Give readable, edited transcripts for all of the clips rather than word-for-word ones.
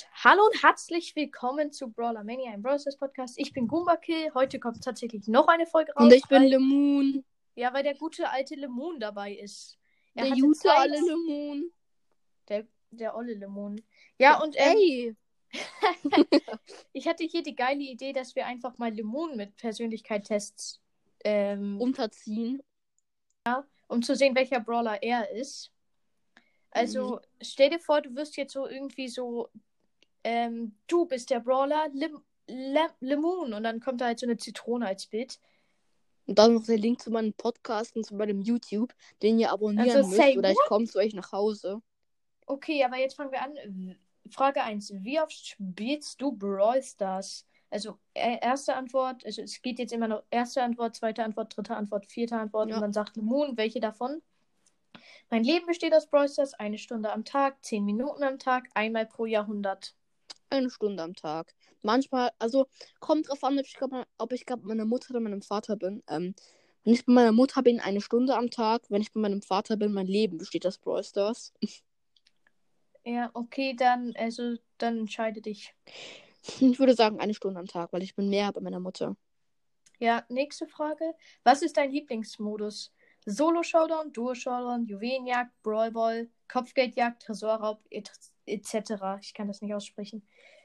Gut, hallo und herzlich willkommen zu Brawler Mania, im Brawl Stars Podcast. Ich bin Goomba Kill. Heute kommt tatsächlich noch eine Folge raus. Und ich bin Lemon. Ja, weil der gute alte Lemon dabei ist. Er Der hatte gute Zeit. alte Lemon. Der olle Lemon. Ja, und Ey. ich hatte hier die geile Idee, dass wir einfach mal Lemon mit Persönlichkeitstests unterziehen. um zu sehen, welcher Brawler er ist. Also, stell dir vor, du wirst jetzt so irgendwie so du bist der Brawler Lemon und dann kommt da halt so eine Zitrone als Bild. Und dann noch der Link zu meinem Podcast und zu meinem YouTube, den ihr abonnieren Also, müsst, oder ich komme zu euch nach Hause. Okay, aber jetzt fangen wir an. Frage 1. Wie oft spielst du Brawl Stars? Also, erste Antwort, also es geht jetzt immer noch erste Antwort, zweite Antwort, dritte Antwort, vierte Antwort Ja. und dann sagt Lemon, welche davon? Mein Leben besteht aus Brawl Stars, 1 Stunde am Tag, 10 Minuten am Tag, einmal pro Jahrhundert. 1 Stunde am Tag. Manchmal, also kommt drauf an, ob ich gerade bei meiner Mutter oder meinem Vater bin. Wenn ich bei meiner Mutter bin, 1 Stunde am Tag. Wenn ich bei meinem Vater bin, mein Leben besteht aus Brawl Stars. Ja, okay, dann entscheide dich. Ich würde sagen 1 Stunde am Tag, weil ich bin mehr bei meiner Mutter. Ja, nächste Frage. Was ist dein Lieblingsmodus? Solo-Showdown, Duo-Showdown, Juwelenjagd, Brawl Ball, Kopfgeldjagd, Tresorraub, etc. Ich kann das nicht aussprechen.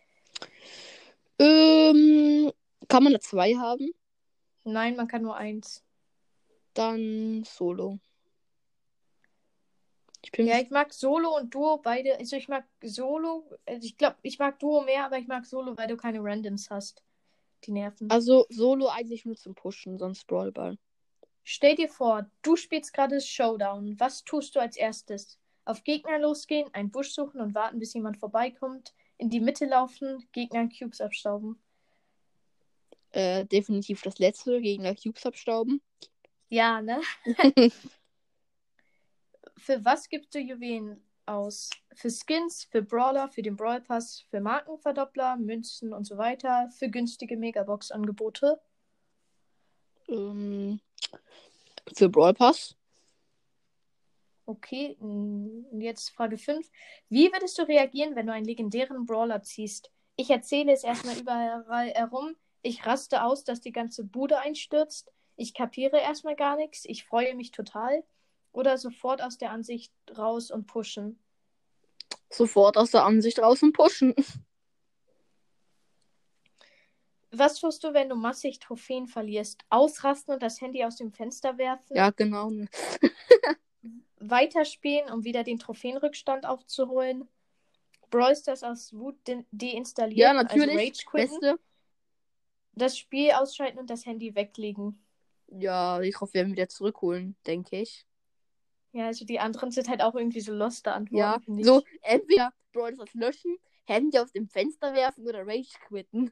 Kann man da 2 haben? Nein, man kann nur 1. Dann Solo. Ich mag Solo und Duo beide. Also ich mag Solo. Also ich glaube, ich mag Duo mehr, aber ich mag Solo, weil du keine Randoms hast. Die nerven. Also Solo eigentlich nur zum Pushen, sonst Brawlball. Stell dir vor, du spielst gerade Showdown. Was tust du als erstes? Auf Gegner losgehen, einen Busch suchen und warten, bis jemand vorbeikommt. In die Mitte laufen, Gegner Cubes abstauben. Definitiv das letzte, Gegner Cubes abstauben. Ja, ne? Für was gibst du Juwelen aus? Für Skins, für Brawler, für den Brawl Pass, für Markenverdoppler, Münzen und so weiter, für günstige Megabox-Angebote? Für Brawl Pass. Okay, jetzt Frage 5. Wie würdest du reagieren, wenn du einen legendären Brawler ziehst? Ich erzähle es erstmal überall herum. Ich raste aus, dass die ganze Bude einstürzt. Ich kapiere erstmal gar nichts. Ich freue mich total. Oder sofort aus der Ansicht raus und pushen. Sofort aus der Ansicht raus und pushen. Was tust du, wenn du massig Trophäen verlierst? Ausrasten und das Handy aus dem Fenster werfen? Ja, genau. Weiterspielen, um wieder den Trophäenrückstand aufzuholen? Brawl Stars aus Wut deinstallieren? Ja, natürlich. Also Rage quitten? Beste. Das Spiel ausschalten und das Handy weglegen. Ja, ich hoffe, wir werden wieder zurückholen, denke ich. Ja, also die anderen sind halt auch irgendwie so loste Antworten. Ja, finde ich. so entweder Brawl Stars löschen, Handy aus dem Fenster werfen oder Rage quitten.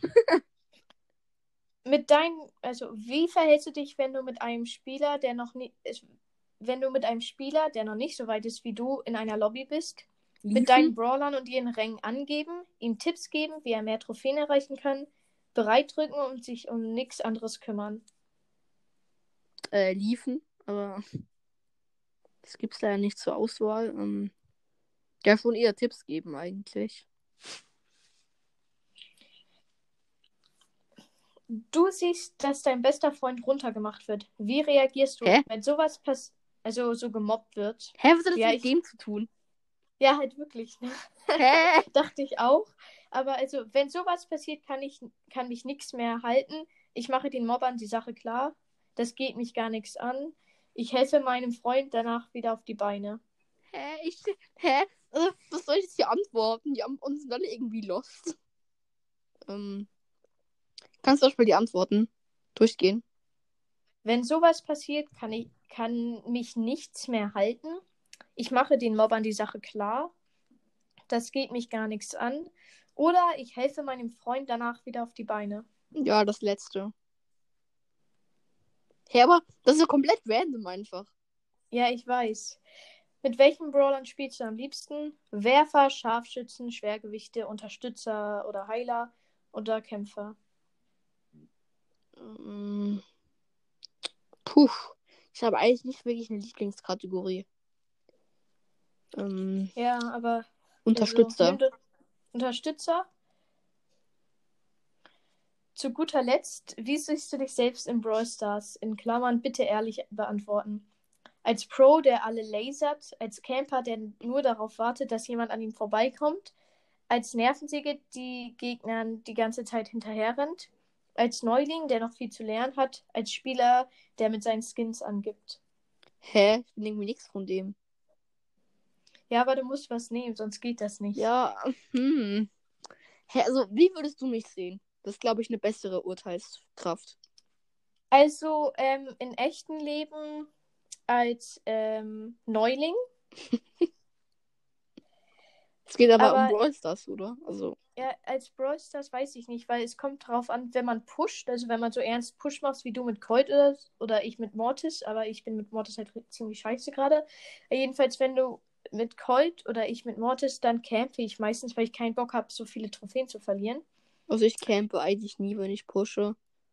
Wie verhältst du dich, wenn du mit einem Spieler, der noch nicht so weit ist wie du, in einer Lobby bist, mit deinen Brawlern und ihren Rängen angeben, ihm Tipps geben, wie er mehr Trophäen erreichen kann, bereit drücken und sich um nichts anderes kümmern? Liefen, aber das gibt's leider nicht zur Auswahl. Ja, schon eher Tipps geben eigentlich. Du siehst, dass dein bester Freund runtergemacht wird. Wie reagierst du, wenn sowas so gemobbt wird? Hä, was hat das mit dem zu tun? Ja, halt wirklich. Ne? Hä? Dachte ich auch. Aber also, wenn sowas passiert, kann mich nichts mehr halten. Ich mache den Mobbern die Sache klar. Das geht mich gar nichts an. Ich helfe meinem Freund danach wieder auf die Beine. Hä? Was soll ich jetzt hier antworten? Die uns sind alle irgendwie lost. Kannst du mal die Antworten durchgehen? Wenn sowas passiert, kann mich nichts mehr halten. Ich mache den Mobbern die Sache klar. Das geht mich gar nichts an. Oder ich helfe meinem Freund danach wieder auf die Beine. Ja, das letzte. Hä, aber das ist ja komplett random einfach. Ja, ich weiß. Mit welchen Brawlern spielst du am liebsten? Werfer, Scharfschützen, Schwergewichte, Unterstützer oder Heiler oder Kämpfer? Puh. Ich habe eigentlich nicht wirklich eine Lieblingskategorie. Ja, aber Unterstützer. Also, Unterstützer. Zu guter Letzt, wie siehst du dich selbst in Brawl Stars? In Klammern bitte ehrlich beantworten. Als Pro, der alle lasert, als Camper, der nur darauf wartet, dass jemand an ihm vorbeikommt, als Nervensäge, die Gegnern die ganze Zeit hinterher rennt, als Neuling, der noch viel zu lernen hat, als Spieler, der mit seinen Skins angibt. Hä? Ich bin irgendwie nichts von dem. Ja, aber du musst was nehmen, sonst geht das nicht. Ja, Hä, also, wie würdest du mich sehen? Das ist, glaube ich, eine bessere Urteilskraft. Also, in echten Leben als Neuling. Es geht aber um Aber Brawl Stars, oder? Also, ja, als Brawl Stars weiß ich nicht, weil es kommt drauf an, wenn man pusht, also wenn man so ernst Push machst wie du mit Colt oder ich mit Mortis, aber ich bin mit Mortis halt ziemlich scheiße gerade. Jedenfalls, wenn du mit Colt oder ich mit Mortis, dann campe ich meistens, weil ich keinen Bock habe, so viele Trophäen zu verlieren. also ich campe eigentlich nie, wenn ich pushe.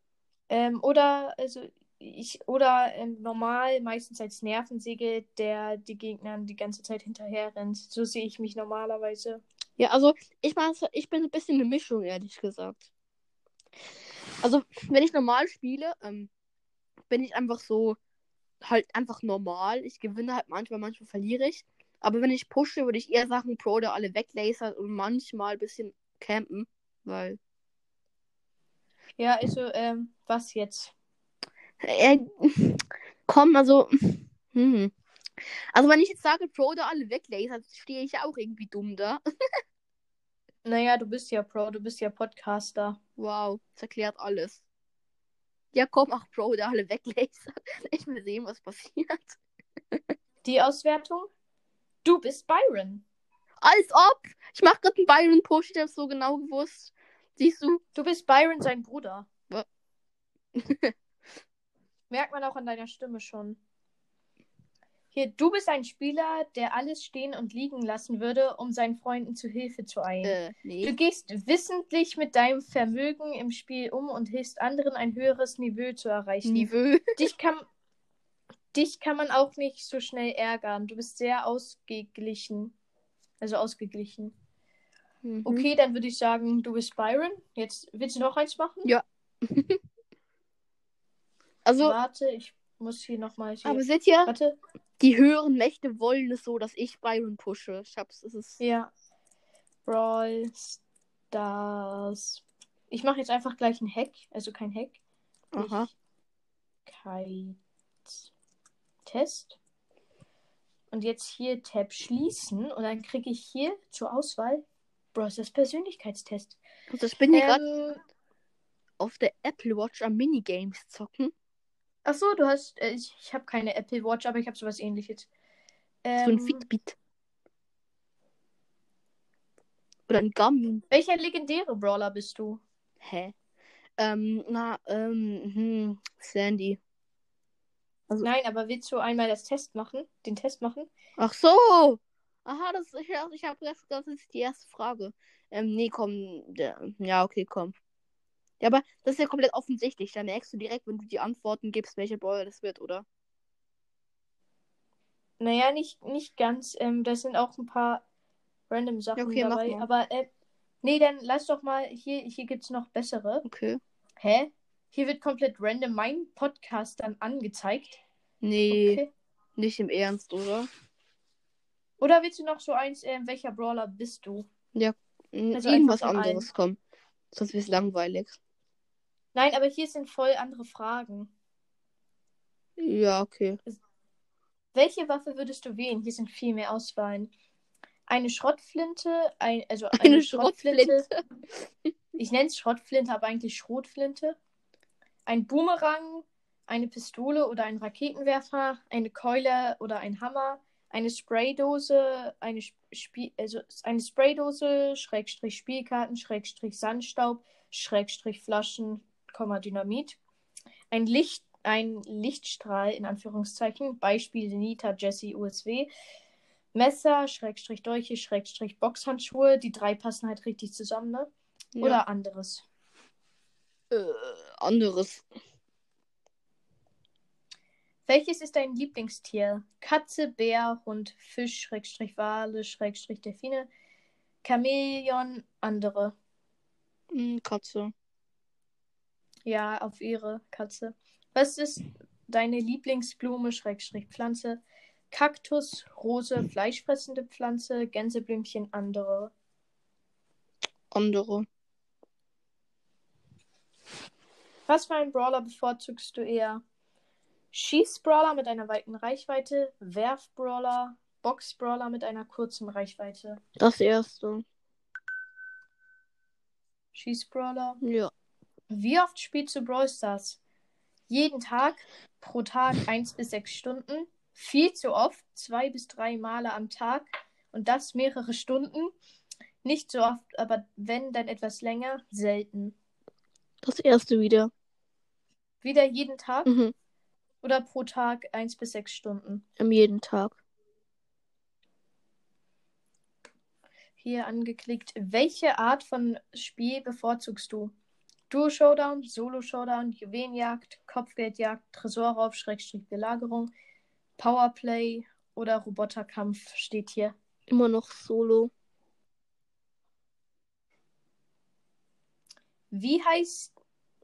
Oder normal, meistens als Nervensäge, der die Gegner die ganze Zeit hinterher rennt. So sehe ich mich normalerweise. Ja, also ich bin ein bisschen eine Mischung, ehrlich gesagt. Also, wenn ich normal spiele, bin ich einfach so, halt einfach normal. Ich gewinne halt manchmal verliere ich. Aber wenn ich pushe, würde ich eher Sachen Pro, der alle weglasert und manchmal ein bisschen campen, weil. Ja, also, was jetzt? Äh, komm, also. Hm. Also, wenn ich jetzt sage, Pro, der alle weglasert, stehe ich auch irgendwie dumm da. Naja, du bist ja Pro, du bist ja Podcaster. Wow, das erklärt alles. Ja, komm, ach, Pro, der alle weglasert. Ich will sehen, was passiert. Die Auswertung? Du bist Byron. Als ob! Ich mach grad einen Byron-Push, ich hab's so genau gewusst. Siehst du? Du bist Byron, sein Bruder. Wa- Merkt man auch an deiner Stimme schon. Hier, du bist ein Spieler, der alles stehen und liegen lassen würde, um seinen Freunden zu Hilfe zu eilen. Nee. Du gehst wissentlich mit deinem Vermögen im Spiel um und hilfst anderen, ein höheres Niveau zu erreichen. Niveau. Dich kann man auch nicht so schnell ärgern. Du bist sehr ausgeglichen. Also ausgeglichen. Mhm. Okay, dann würde ich sagen, du bist Byron. Jetzt willst du noch eins machen? Ja. Also, Warte, ich muss hier nochmal. aber seht ihr, Warte. die höheren Mächte wollen es so, dass ich Byron pushe. Ich hab's, es ist. Ja. Brawl Stars. Ich mache jetzt einfach gleich einen Hack. Also kein Hack. Aha. Test. Und jetzt hier Tab schließen. Und dann kriege ich hier zur Auswahl Brawl Stars Persönlichkeitstest. Also ich bin hier gerade auf der Apple Watch am Minigames zocken. Achso, du hast. Ich habe keine Apple Watch, aber ich habe sowas ähnliches. So ein Fitbit. Oder ein Garmin. Welcher legendäre Brawler bist du? Hä? Sandy. Also, Nein, aber willst du einmal den Test machen? ach so! Aha, ich habe gedacht, das ist die erste Frage. Nee, komm. Ja, okay, komm. Ja, aber das ist ja komplett offensichtlich. Da merkst du direkt, wenn du die Antworten gibst, welche Brawler das wird, oder? Naja, nicht ganz. Das sind auch ein paar random Sachen Ja, okay, dabei. mach mal. Aber, nee, dann lass doch mal. Hier gibt es noch bessere. Okay. Hä? Hier wird komplett random mein Podcast dann angezeigt. Nee, Okay. nicht im Ernst, oder? Oder willst du noch so eins, welcher Brawler bist du? Ja, Also irgendwas einfach von anderes, allen. komm. Sonst wird es langweilig. Nein, aber hier sind voll andere Fragen. Ja, okay. Welche Waffe würdest du wählen? Hier sind viel mehr Auswahlen. Eine Schrotflinte, also Eine Schrotflinte. Ich nenne es Schrotflinte, aber eigentlich Schrotflinte. Ein Boomerang, eine Pistole oder ein Raketenwerfer, eine Keule oder ein Hammer, eine Spraydose, eine Spraydose, Schrägstrich Spielkarten, Schrägstrich Sandstaub, Schrägstrich Flaschen, Dynamit. Ein Lichtstrahl, in Anführungszeichen, Beispiel Nita, Jessie, USW. Messer, Schrägstrich Dolche, Schrägstrich Boxhandschuhe. Die drei passen halt richtig zusammen, ne? Ja. Oder anderes. Anderes. Welches ist dein Lieblingstier? Katze, Bär, Hund, Fisch, Schrägstrich Wale, Schrägstrich Delfine, Chamäleon, andere. Katze. Ja, auf ihre Katze. Was ist deine Lieblingsblume, Pflanze? Kaktus, Rose, fleischfressende Pflanze, Gänseblümchen, andere. Andere. Was für einen Brawler bevorzugst du eher? Schieß-Brawler mit einer weiten Reichweite, Werf-Brawler, Box-Brawler mit einer kurzen Reichweite. Das erste. Schieß-Brawler. Ja. Wie oft spielst du Brawl Stars? Jeden Tag, pro Tag 1 bis 6 Stunden. Viel zu oft, 2 bis 3 Male am Tag. Und das mehrere Stunden. Nicht so oft, aber wenn, dann etwas länger, selten. Das erste wieder. Wieder jeden Tag Mhm. oder pro Tag 1 bis 6 Stunden? Jeden Tag. Hier angeklickt. Welche Art von Spiel bevorzugst du? Duo-Showdown, Solo-Showdown, Juwelenjagd, Kopfgeldjagd, Tresorraub, Belagerung, Powerplay oder Roboterkampf steht hier. Immer noch Solo. Wie heißt...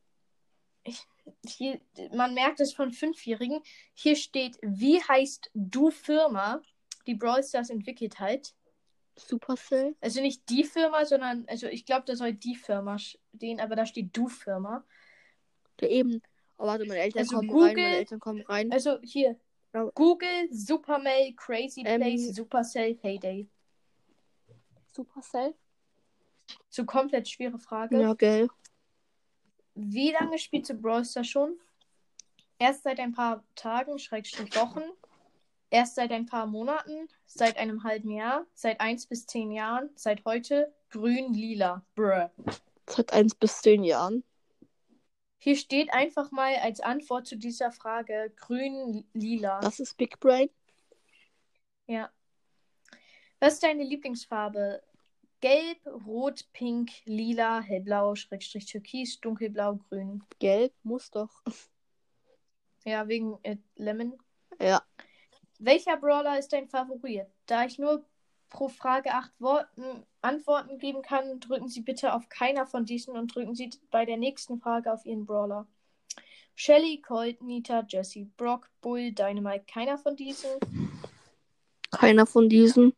Hier, man merkt es von 5-Jährigen. Hier steht, wie heißt du Firma, die Brawl Stars entwickelt hat? Supercell. Also nicht die Firma, sondern, also ich glaube, da soll die Firma stehen, aber da steht du Firma. Ja, eben. Oh, warte, meine Eltern Also kommen Google, rein. Meine Eltern kommen rein. Also hier. Ja. Google, Supermail, Crazy Place, Supercell, Heyday. Supercell? So komplett schwere Frage. Ja, gell. Wie lange spielst du Brawl Stars schon? Erst seit ein paar Tagen, Wochen. Erst seit ein paar Monaten. Seit einem halben Jahr. Seit 1 bis 10 Jahren. Seit heute. Grün, lila. Bruh. Seit 1 bis 10 Jahren. Hier steht einfach mal als Antwort zu dieser Frage grün, lila. Das ist Big Brain. Ja. Was ist deine Lieblingsfarbe? Gelb, Rot, Pink, Lila, Hellblau, Türkis, Dunkelblau, Grün. Gelb muss doch. Ja, wegen Lemon. Ja. Welcher Brawler ist dein Favorit? Da ich nur pro Frage 8 Antworten geben kann, drücken Sie bitte auf keiner von diesen und drücken Sie bei der nächsten Frage auf Ihren Brawler. Shelly, Colt, Nita, Jessie, Brock, Bull, Dynamite. Keiner von diesen. Keiner von diesen.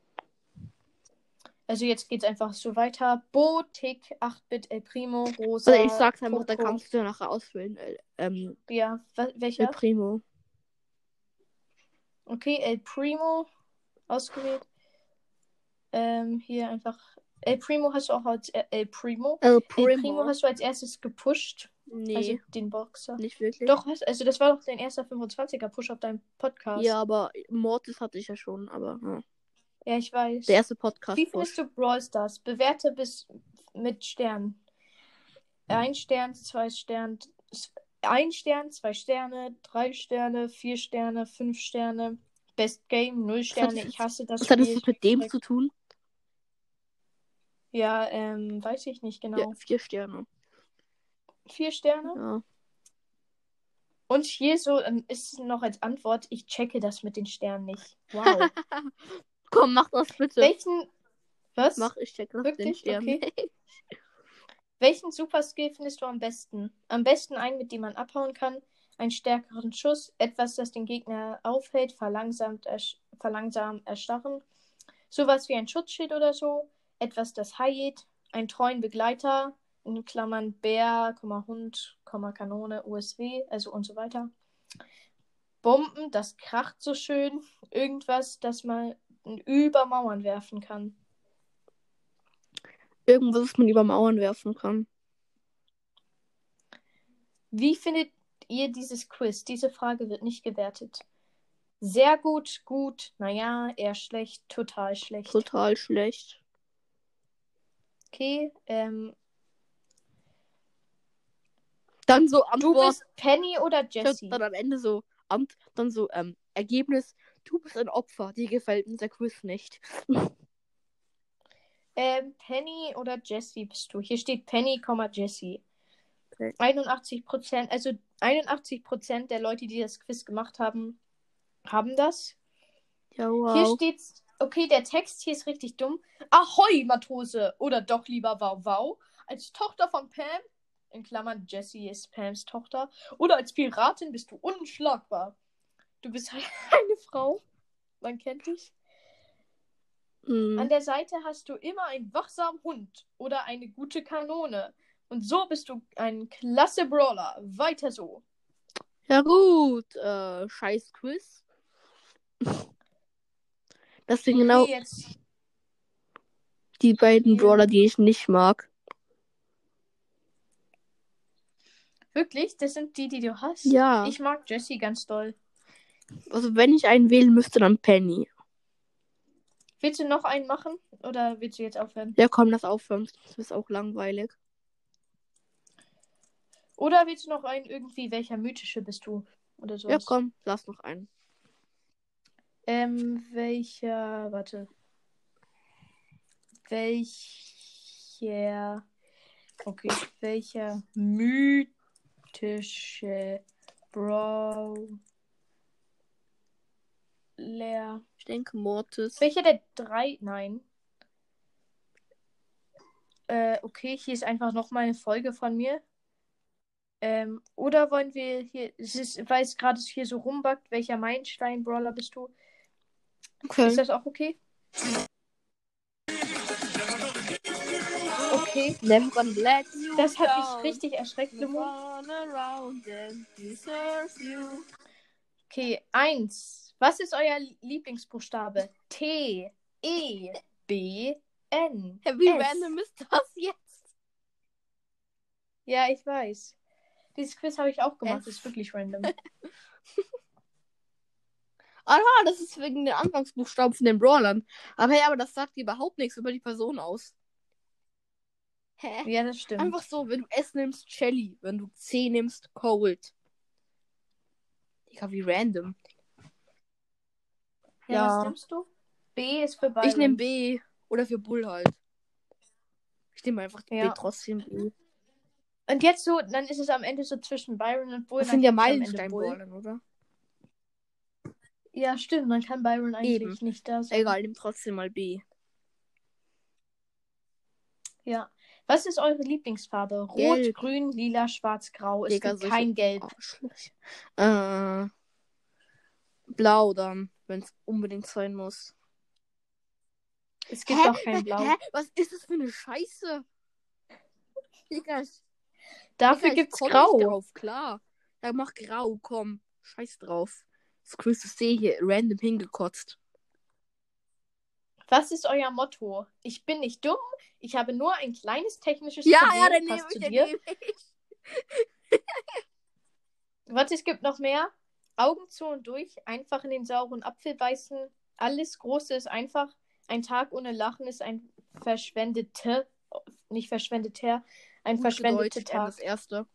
Also jetzt geht's einfach so weiter. Bo, Tick, 8-Bit, El Primo, Rosa. Also ich sag's einfach, Coco. dann kannst du nachher auswählen. Ja, welcher? El Primo. Okay, El Primo ausgewählt. Hier einfach. El Primo hast du auch als El Primo. El Primo Primo. hast du als erstes gepusht. Nee, Also den Boxer. nicht wirklich. Doch, also das war doch dein erster 25er Push auf deinem Podcast. Ja, aber Mortis hatte ich ja schon, aber ja. Ja, ich weiß. Der erste Podcast. Wie findest du Brawl Stars? Bewerte bis mit Sternen. 1 Stern, 2 Sterne, 1 Stern, 2 Sterne, 3 Sterne, 4 Sterne, 5 Sterne. Best Game, 0 Sterne. Ich hasse das Was hat Spiel. das mit dem zu tun? Ja, weiß ich nicht genau. Ja, 4 Sterne. 4 Sterne? Ja. Und hier so ist noch als Antwort, ich checke das mit den Sternen nicht. Wow. Komm, mach das bitte. Welchen. Was? Mach, ich check das mit den Wirklich? Sternen. Okay. Welchen Superskill findest du am besten? Am besten einen, mit dem man abhauen kann, einen stärkeren Schuss, etwas, das den Gegner aufhält, verlangsamt erstarren, sowas wie ein Schutzschild oder so, etwas, das heilt, einen treuen Begleiter, in Klammern Bär, Hund, Kanone, USW, also und so weiter. Bomben, das kracht so schön, irgendwas, das man über Mauern werfen kann. Irgendwas, was man über Mauern werfen kann. Wie findet ihr dieses Quiz? Diese Frage wird nicht gewertet. Sehr gut, gut, naja, eher schlecht, total schlecht. Total schlecht. Okay, Dann so du Antwort. bist Penny oder Jessie? Dann am Ende so Ergebnis. Du bist ein Opfer. Dir gefällt unser Quiz nicht. Penny oder Jessie bist du? Hier steht Penny, Jessie. Okay. 81%, also 81% der Leute, die das Quiz gemacht haben, haben das. Ja, wow. Hier steht's Okay, der Text hier ist richtig dumm. Ahoi, Matrose. Oder doch lieber Wow Wow. Als Tochter von Pam, in Klammern Jessie ist Pams Tochter. Oder als Piratin bist du unschlagbar. Du bist halt eine Frau. Man kennt dich. An der Seite hast du immer einen wachsamen Hund oder eine gute Kanone. Und so bist du ein klasse Brawler. Weiter so. Ja gut, scheiß Quiz. Das sind genau Okay, jetzt die beiden hier. Brawler, die ich nicht mag. Wirklich? Das sind die du hast? Ja. Ich mag Jessie ganz doll. Also wenn ich einen wählen müsste, dann Penny. Willst du noch einen machen? Oder willst du jetzt aufhören? Ja, komm, lass aufhören. Das ist auch langweilig. Oder willst du noch einen irgendwie, welcher mythische bist du? Oder so? Ja, komm, lass noch einen. Welcher, warte. Welcher, okay, welcher mythische Brawler? Ich denke Mortis. Welcher der drei? Nein. Okay, hier ist einfach noch mal eine Folge von mir. Oder wollen wir hier, weil es gerade hier so rumbackt, welcher Meilenstein-Brawler bist du? Okay. Ist das auch okay? Okay. Never gonna let you Das hat mich down. richtig erschreckt, Limo. Run around and deserve you. Okay, 1. Was ist euer Lieblingsbuchstabe? T, E, B, N. Ja, wie S. random ist das jetzt? Ja, ich weiß. Dieses Quiz habe ich auch gemacht. S. Das ist wirklich random. Aha, das ist wegen den Anfangsbuchstaben von den Brawlern. Aber ja, aber das sagt überhaupt nichts über die Person aus. Hä? Ja, das stimmt. Einfach so, wenn du S nimmst, Shelly. Wenn du C nimmst, Cold. Digga, wie random. Ja, was nimmst du? B ist für Byron. Ich nehme B. Oder für Bull halt. Ich nehme einfach B trotzdem B. Und jetzt so, dann ist es am Ende so zwischen Byron und Bull. Das sind ja Meilenstein-Brawler, oder? Ja, stimmt. Dann kann Byron eigentlich nicht da sein. Egal, nimm trotzdem mal B. Ja. Was ist eure Lieblingsfarbe? Rot, Gelb. Grün, Lila, Schwarz, Grau. Es gibt kein Gelb. Blau dann, wenn es unbedingt sein muss. Es gibt auch kein Blau. Hä? Was ist das für eine Scheiße? Digga, Dafür gibt's Grau. Drauf, klar. Ja, mach Grau, komm. Scheiß drauf. Das Quiz ist hier random hingekotzt. Was ist euer Motto? Ich bin nicht dumm, ich habe nur ein kleines technisches Problem. Ja, dann nehme ich, dir. Warte, es gibt noch mehr. Augen zu und durch, einfach in den sauren Apfel beißen. Alles Große ist einfach. Ein Tag ohne Lachen ist ein verschwendeter, nicht verschwendeter, ein verschwendeter Tag. Das erste.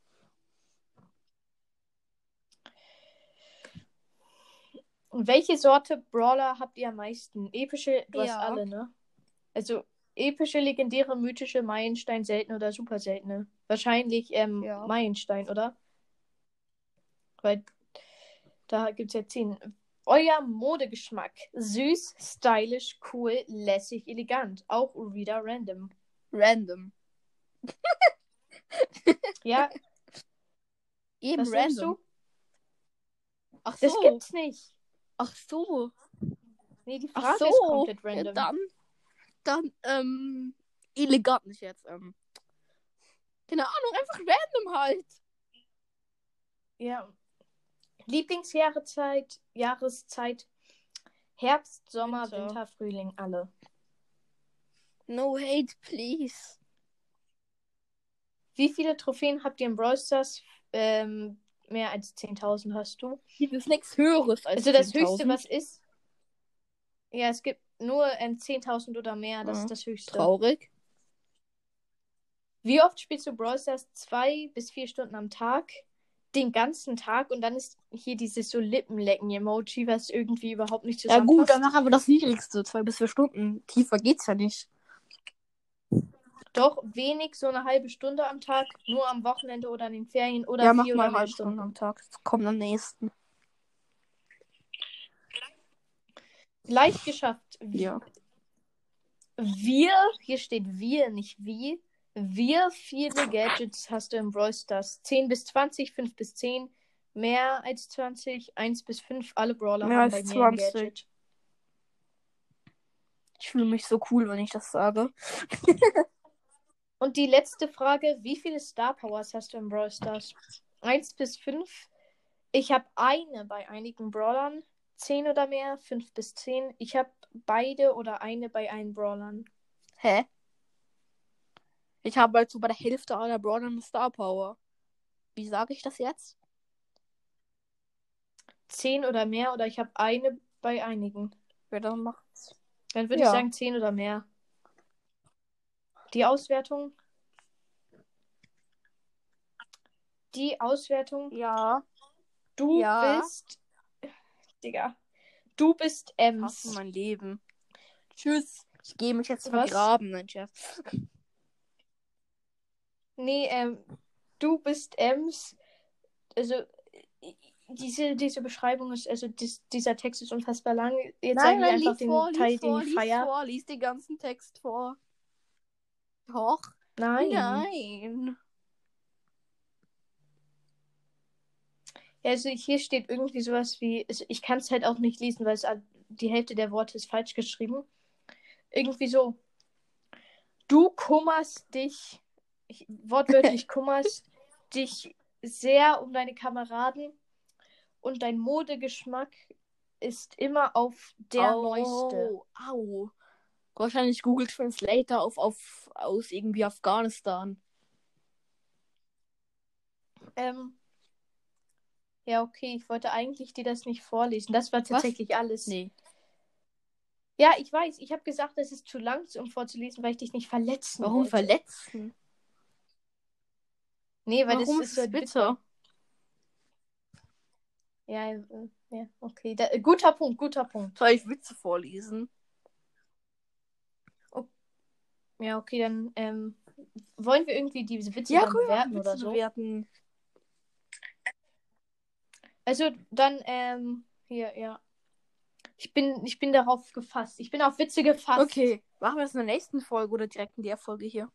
Welche Sorte Brawler habt ihr am meisten? Epische, du hast alle, ne? Also epische, legendäre, mythische, Meilenstein, seltene oder super seltene. Wahrscheinlich Meilenstein, oder? Weil da gibt's ja 10. Euer Modegeschmack. Süß, stylisch, cool, lässig, elegant. Auch wieder random. Random. Ja. Eben was random. Du? Ach so. Das gibt's nicht. Ach so. Nee, die Frage ist komplett random. Ja, dann, elegant nicht jetzt. Keine Ahnung, einfach random halt. Ja. Lieblingsjahreszeit, Herbst, Sommer, Winter, Frühling, alle. No hate, please. Wie viele Trophäen habt ihr im Brawl Stars? Mehr als 10.000 hast du. Das ist nichts Höheres als also das Höchste, was ist? Ja, es gibt nur 10.000 oder mehr. Das ist das Höchste. Traurig. Wie oft spielst du Brawl Stars? 2 bis 4 Stunden am Tag? Den ganzen Tag? Und dann ist hier dieses so Lippenlecken-Emoji, was irgendwie überhaupt nicht zusammenpasst. Ja gut, dann machen wir das Niedrigste. 2 bis 4 Stunden. Tiefer geht's ja nicht. Doch, wenig, so eine halbe Stunde am Tag, nur am Wochenende oder in den Ferien oder ja, 4 mach oder mal mehr eine halbe Stunde am Tag. Das kommt am nächsten. Leicht geschafft. Ja. hier steht wir, nicht wie. Wie viele Gadgets hast du im Brawl Stars? 10 bis 20, 5 bis 10, mehr als 20, 1 bis 5. Alle Brawler Mehr haben als bei mir ein 20. Gadget. Ich fühle mich so cool, wenn ich das sage. Und die letzte Frage, wie viele Star Powers hast du im Brawl Stars? 1 bis 5. Ich habe eine bei einigen Brawlern. 10 oder mehr, 5 bis 10. Ich habe beide oder eine bei allen Brawlern. Hä? Ich habe halt so bei der Hälfte aller Brawler eine Star Power. Wie sage ich das jetzt? 10 oder mehr oder ich habe eine bei einigen. Wer dann macht's? Dann würde ich sagen 10 oder mehr. Die Auswertung? Ja. Du bist... Digga. Du bist Ems. Hasse mein Leben. Tschüss. Ich gehe mich jetzt Was? vergraben, mein Chef. Nee, du bist Ems. Also, diese Beschreibung ist, also dieser Text ist unfassbar lang. Jetzt sage ich einfach den Teil, den ich feiere. Lies den ganzen Text vor. Doch. Nein. Also hier steht irgendwie sowas wie, also ich kann es halt auch nicht lesen, weil die Hälfte der Worte ist falsch geschrieben. Irgendwie so, du kummerst dich, wortwörtlich kummerst dich sehr um deine Kameraden und dein Modegeschmack ist immer auf der neueste. Au. Wahrscheinlich Google Translator aus irgendwie Afghanistan. Ja, okay, ich wollte eigentlich dir das nicht vorlesen. Das war tatsächlich alles. Nee. Ja, ich weiß. Ich habe gesagt, es ist zu lang, um vorzulesen, weil ich dich nicht verletzen Warum wollte. verletzen? Nee, weil Warum das ist so bitter? Ja, okay. Guter Punkt. Soll ich Witze vorlesen? Ja, okay, dann wollen wir irgendwie diese Witze dann bewerten oder so? Bewerten. Also dann, hier, ja. Ich bin darauf gefasst. Ich bin auf Witze gefasst. Okay, machen wir das in der nächsten Folge oder direkt in der Folge hier?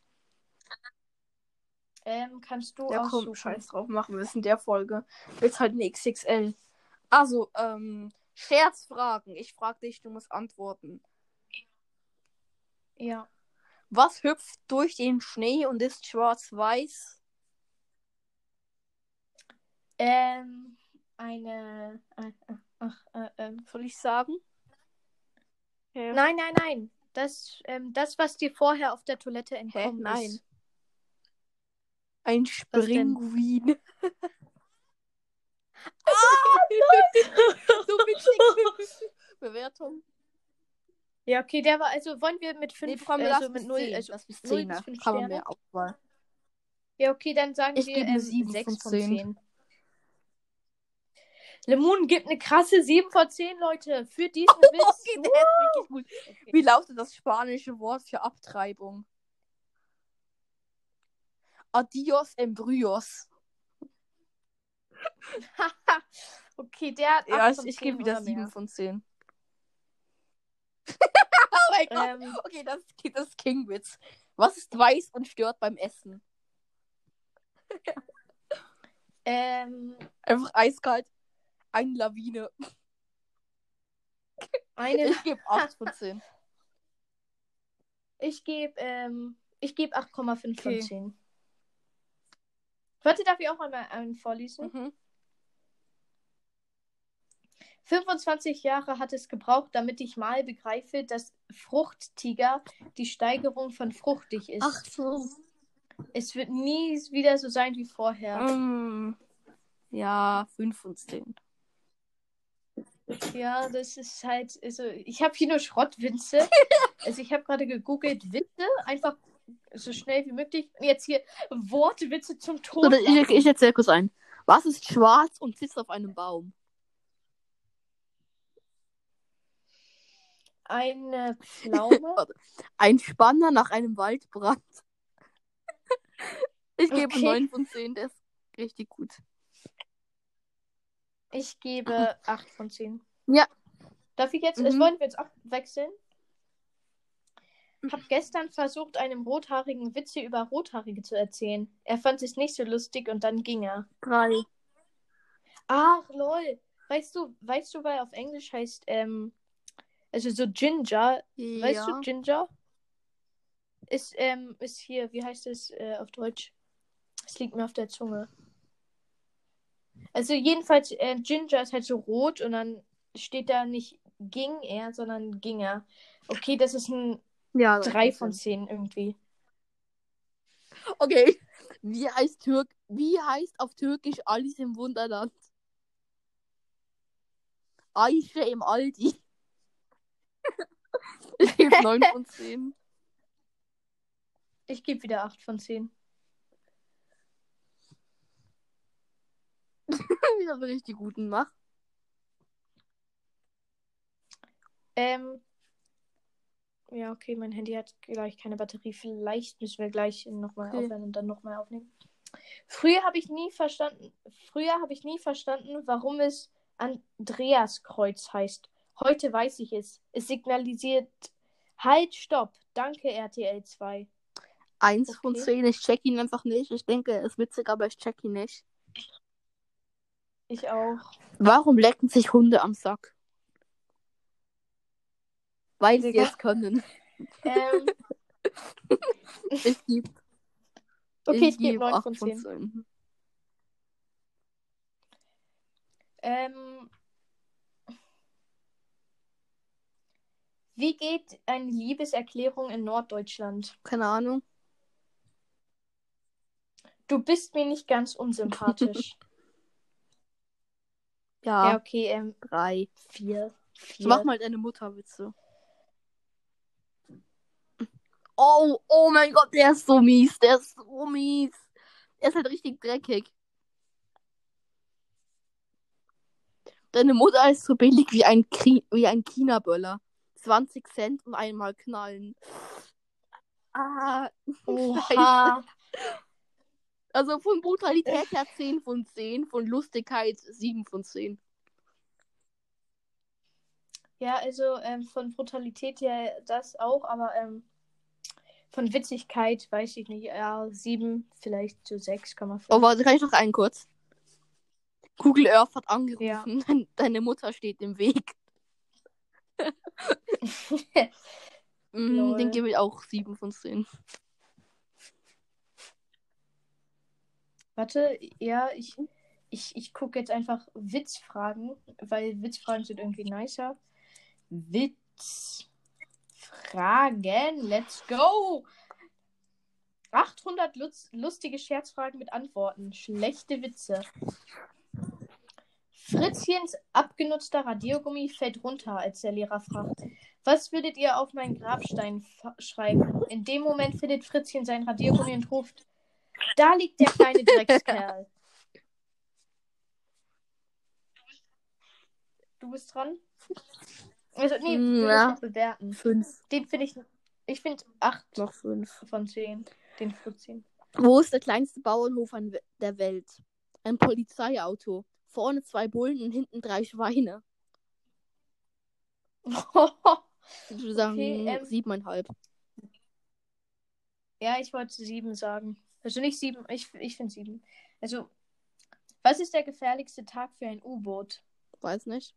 Kannst du Ja, aussuchen. komm, scheiß drauf, machen wir es in der Folge. Jetzt halt eine XXL. Also, Scherzfragen. Ich frage dich, du musst antworten. Ja. Was hüpft durch den Schnee und ist schwarz-weiß? Soll ich sagen? Ja. Nein. Das, was dir vorher auf der Toilette entkommen ist. Ein Springuin. So witzig. Bewertung. Ja, okay, der war, also wollen wir mit 5, also mit 0, also das bis 10, bis 5 kann man Sterne? mehr Auswahl. Ja, okay, dann sagen ich wir gebe eine 7 6 von 10. Lemon gibt eine krasse 7 von 10, Leute, für diesen Witz. Okay, der ist wirklich gut. Okay. Wie lautet das spanische Wort für Abtreibung? Adios embryos. Okay, der hat 8 von 10 ich gebe wieder 7 mehr. von 10. Oh mein Gott. Okay, das ist Kingwitz. Was ist weiß und stört beim Essen? Einfach eiskalt. Eine Lawine. Ich gebe 8 von 10. Ich gebe 8,5 von 10. Warte, darf ich auch mal einen vorlesen? Mhm. 25 Jahre hat es gebraucht, damit ich mal begreife, dass Fruchttiger die Steigerung von fruchtig ist. Ach so. Es wird nie wieder so sein wie vorher. Ja, 5 von 10. Ja, das ist halt, also ich habe hier nur Schrottwitze. Also ich habe gerade gegoogelt, Witze, einfach so schnell wie möglich. Und jetzt hier Wortwitze zum Tod. Ich erzähle kurz ein. Was ist schwarz und sitzt auf einem Baum? Eine Pflaume. Ein Spanner nach einem Waldbrand. Ich gebe 9 von 10, der ist richtig gut. Ich gebe 8 von 10. Ja. Darf ich jetzt, Mhm. wollen wir jetzt abwechseln? Hab gestern versucht, einem Rothaarigen Witze über Rothaarige zu erzählen. Er fand es nicht so lustig und dann ging er. 3. Ach, lol. Weißt du, weil auf Englisch heißt, also so Ginger, weißt du, Ja. Ginger? Ist hier, wie heißt es auf Deutsch? Es liegt mir auf der Zunge. Also jedenfalls, Ginger ist halt so rot und dann steht da nicht ging er, sondern ging er. Okay, das ist ein Ja, 3 von 3. 10 irgendwie. Okay. Wie heißt auf Türkisch Alice im Wunderland? Ayşe im Aldi. Ich gebe 9 von 10. Ich gebe wieder 8 von 10. Wieder bin ich die Guten mach. Ja, okay, mein Handy hat gleich keine Batterie. Vielleicht müssen wir gleich nochmal Okay. aufhören und dann nochmal aufnehmen. Früher habe ich nie verstanden, warum es Andreaskreuz heißt. Heute weiß ich es. Es signalisiert Halt, Stopp. Danke, RTL 2. 1 von Okay. 10. Ich check ihn einfach nicht. Ich denke, er ist witzig, aber ich check ihn nicht. Ich auch. Warum lecken sich Hunde am Sack? Weil sie Digga. es können. Ich gebe Okay, ich gebe 9 8 von von 10. 10. Wie geht eine Liebeserklärung in Norddeutschland? Keine Ahnung. Du bist mir nicht ganz unsympathisch. Ja, Ja, okay, 3. 4. Mach mal deine Mutterwitze. Oh mein Gott, der ist so mies. Der ist so mies. Er ist halt richtig dreckig. Deine Mutter ist so billig wie ein China-Böller. 20 Cent und einmal knallen. Ah, scheiße. Oha. Also von Brutalität her 10 von 10, von Lustigkeit 7 von 10. Ja, also von Brutalität ja das auch, aber von Witzigkeit weiß ich nicht. Ja, 7, vielleicht zu 6,5. Oh, warte, kann ich noch einen kurz? Google Earth hat Ja. angerufen. Deine Mutter steht im Weg. Den gebe ich auch 7 von 10. Warte, ja, ich gucke jetzt einfach Witzfragen, weil Witzfragen sind irgendwie nicer. Witzfragen, let's go! 800 lustige Scherzfragen mit Antworten. Schlechte Witze. Fritzchens abgenutzter Radiergummi fällt runter, als der Lehrer fragt: Was würdet ihr auf meinen Grabstein schreiben? In dem Moment findet Fritzchen sein Radiergummi und ruft: Da liegt der kleine Dreckskerl. Du bist dran? Also, nee, du musst Ja, noch bewerten. 5. Den finde ich finde 8 Noch 5. von 10. Den Fritzchen. Wo ist der kleinste Bauernhof der Welt? Ein Polizeiauto. Vorne 2 Bullen und hinten 3 Schweine. Ich würde sagen, Okay, 7,5. ja, ich wollte 7 sagen. Also nicht 7, ich finde 7. Also, was ist der gefährlichste Tag für ein U-Boot? Weiß nicht.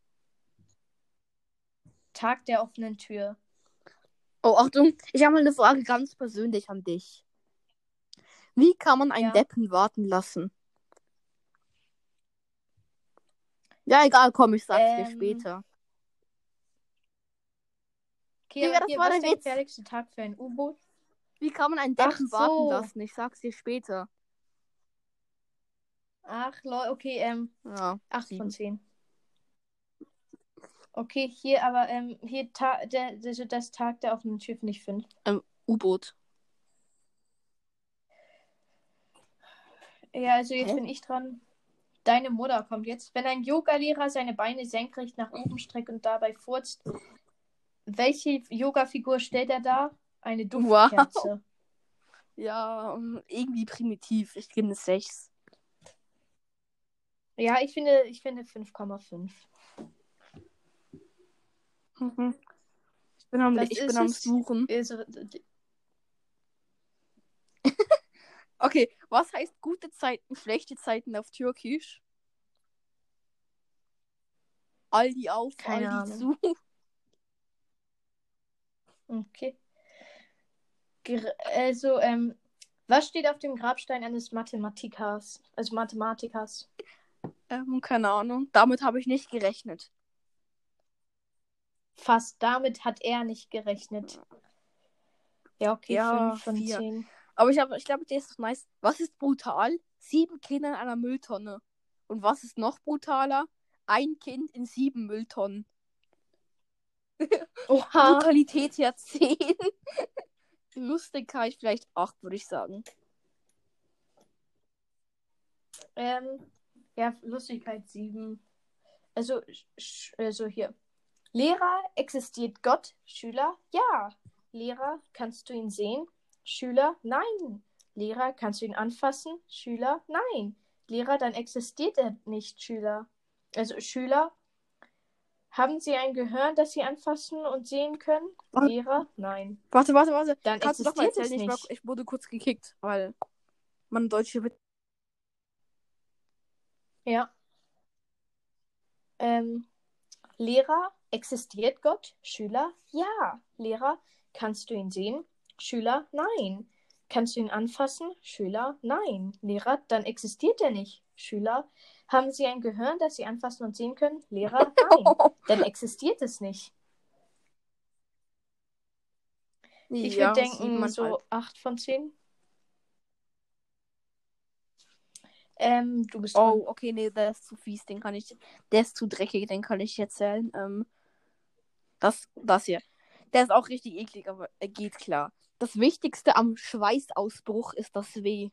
Tag der offenen Tür. Oh, Achtung, ich habe mal eine Frage ganz persönlich an dich. Wie kann man einen Ja. Deppen warten lassen? Ja, egal, komm, ich sag's dir später. Okay, Digga, aber das hier, war was der ist der Witz. gefährlichste Tag für ein U-Boot? Wie kann man einen Ach Deppen so. warten lassen? Ich sag's dir später. Ach, okay, Ja, 8 von 7. 10. Okay, hier, aber hier das Tag der offenen Tür finde ich 5. U-Boot. Ja, also jetzt Hä? bin ich dran. Deine Mutter kommt jetzt. Wenn ein Yogalehrer seine Beine senkrecht nach oben streckt und dabei furzt, welche Yoga-Figur stellt er dar? Eine Duftkerze. Wow. Ja, irgendwie primitiv. Ich gebe eine 6. Ja, ich finde 5,5. Mhm. Was Ich ist bin am es? Suchen. Also, Okay, was heißt gute Zeiten, schlechte Zeiten auf Türkisch? Aldi auf, keine Aldi Ahnung. zu. Okay. Also, was steht auf dem Grabstein eines Mathematikers? Also Mathematikers. Keine Ahnung. Damit habe ich nicht gerechnet. Fast damit hat er nicht gerechnet. Ja, okay, Ja, 5 von 4. 10. Aber ich glaube, der ist so nice. Was ist brutal? 7 Kinder in einer Mülltonne. Und was ist noch brutaler? Ein Kind in 7 Mülltonnen. Oha. Brutalität ja 10. Lustigkeit vielleicht 8, würde ich sagen. Ja, Lustigkeit 7. Also hier. Lehrer, existiert Gott? Schüler, ja. Lehrer, kannst du ihn sehen? Schüler, nein. Lehrer, kannst du ihn anfassen? Schüler, nein. Lehrer, dann existiert er nicht, Schüler. Also Schüler, haben Sie ein Gehirn, das Sie anfassen und sehen können? Lehrer, nein. Warte. Dann Kannst du noch mal existiert erzählen? es nicht. Ich wurde kurz gekickt, weil man deutsche Witze. Ja. Lehrer, existiert Gott? Schüler, ja. Lehrer, kannst du ihn sehen? Schüler, nein. Kannst du ihn anfassen? Schüler, nein. Lehrer, dann existiert er nicht. Schüler, haben Sie ein Gehirn, das Sie anfassen und sehen können? Lehrer, nein. Dann existiert es nicht. Ich würde Ja, denken, 7,5. so 8 von 10. Du bist dran. Oh, okay, nee, der ist zu fies, der ist zu dreckig, den kann ich jetzt erzählen. Das hier. Der ist auch richtig eklig, aber er geht klar. Das Wichtigste am Schweißausbruch ist das Weh.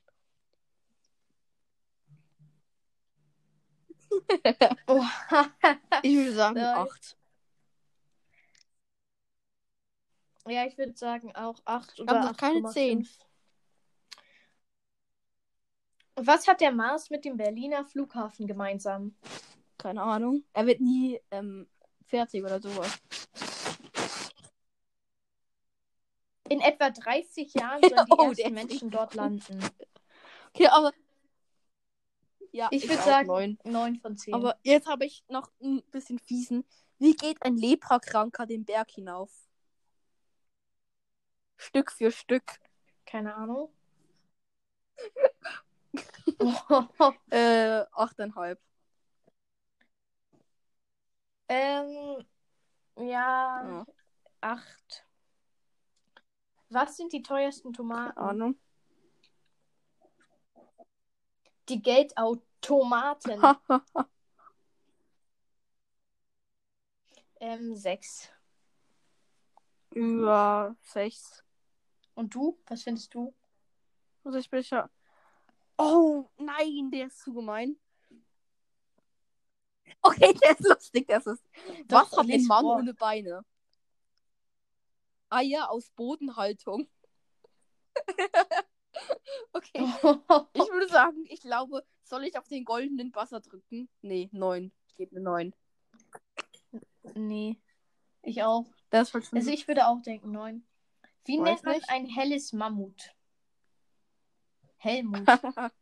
Oh. Ich würde sagen Nein. 8. Ja, ich würde sagen auch 8 Aber oder noch keine 10. 8,5. Was hat der Mars mit dem Berliner Flughafen gemeinsam? Keine Ahnung. Er wird nie fertig oder sowas. In etwa 30 Jahren sollen die Oh, der ersten ist Menschen richtig dort gut. landen. Okay, aber ja, Ich würde auch sagen 9. 9 von 10. Aber jetzt habe ich noch ein bisschen fiesen. Wie geht ein Leprakranker den Berg hinauf? Stück für Stück. Keine Ahnung. 8,5. Ja, Ja, 8. Was sind die teuersten keine Tomaten? Ahnung. Die Geldautomaten. 6. Über 6. Und du? Was findest du? Also ich bin ja. Oh, nein, der ist zu gemein. Okay, der ist lustig, das ist. Doch, Was hat ein lies Mann vor. ohne Beine? Eier aus Bodenhaltung. Okay. Ich würde sagen, ich glaube, soll ich auf den goldenen Buzzer drücken? Nee, 9. Ich gebe eine 9. Nee, ich auch. Das ist halt schon. Also ich würde auch denken 9. Wie Weiß nennt man nicht. ein helles Mammut? Helmut.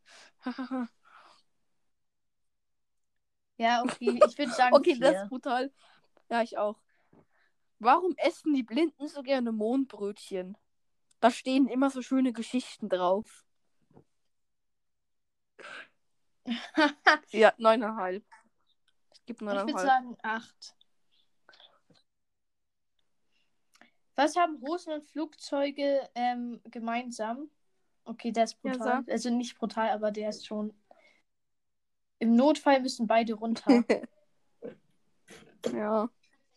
Ja, okay. Ich würde sagen Okay, das ist 4. brutal. Ja, ich auch. Warum essen die Blinden so gerne Mohnbrötchen? Da stehen immer so schöne Geschichten drauf. Ja, 9,5. Ich gebe Ich würde 9,5. sagen 8. Was haben Hosen und Flugzeuge gemeinsam? Okay, der ist Ja, brutal. sag. Also nicht brutal, aber der ist schon. Im Notfall müssen beide runter. Ja.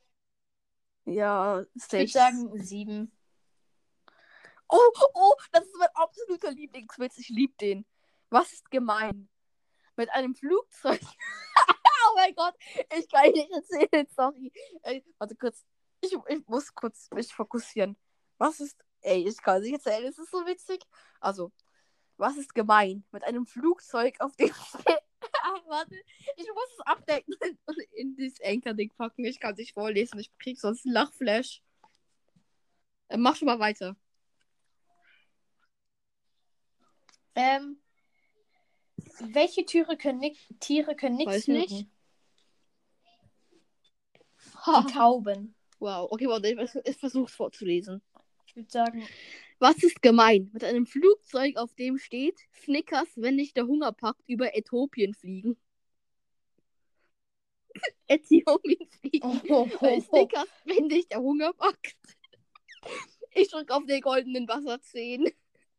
Ja, Ich würde 6. sagen 7. Oh, das ist mein absoluter Lieblingswitz. Ich liebe den. Was ist gemein? Mit einem Flugzeug. Oh mein Gott, ich kann nicht erzählen, sorry. Warte kurz. Ich muss kurz mich fokussieren. Was ist. Ich kann es nicht erzählen, es ist so witzig. Also, was ist gemein? Mit einem Flugzeug, auf dem steht. Warte, ich muss es abdecken und in dieses Anchor-Ding packen. Ich kann es nicht vorlesen, ich krieg sonst einen Lachflash. Mach schon mal weiter. Welche Tiere können nichts Weiß nicht. hören? Die Tauben. Wow, okay, warte, ich versuch's vorzulesen. Ich würde sagen, Was ist gemein? Mit einem Flugzeug, auf dem steht Snickers, wenn dich der Hunger packt, über Äthiopien fliegen. Äthiopien fliegen. Snickers, wenn dich der Hunger packt. Ich drück auf den goldenen Wasserzehen.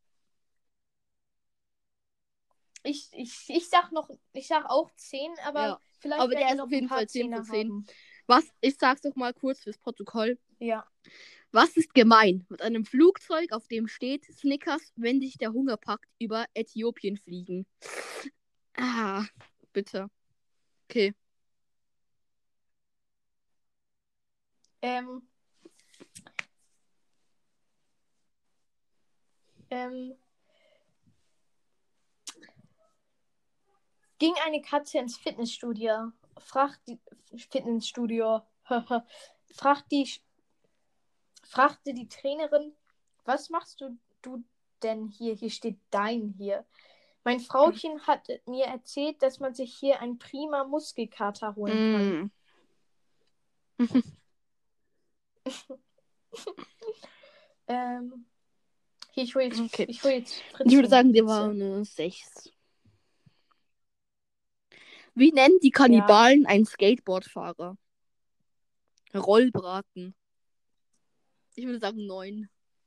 ich sag auch 10, aber Ja, vielleicht aber werden der wir ist noch auf ein jeden paar Fall 10 von 10er 10. haben. Was? Ich sag's doch mal kurz fürs Protokoll. Ja. Was ist gemein? Mit einem Flugzeug, auf dem steht Snickers, wenn dich der Hunger packt, über Äthiopien fliegen. Ah, bitte. Okay. Ähm, ähm, ging eine Katze ins Fitnessstudio, Fitnessstudio, fragt die, fragte die Trainerin, was machst du denn hier? Hier steht dein hier. Mein Frauchen hat mir erzählt, dass man sich hier einen prima Muskelkater holen kann. Hier, ich hole jetzt, Okay. ich hol jetzt Ich würde Fritzchen. sagen, die war eine 6. Wie nennen die Kannibalen einen Skateboardfahrer? Rollbraten. Ich würde sagen 9.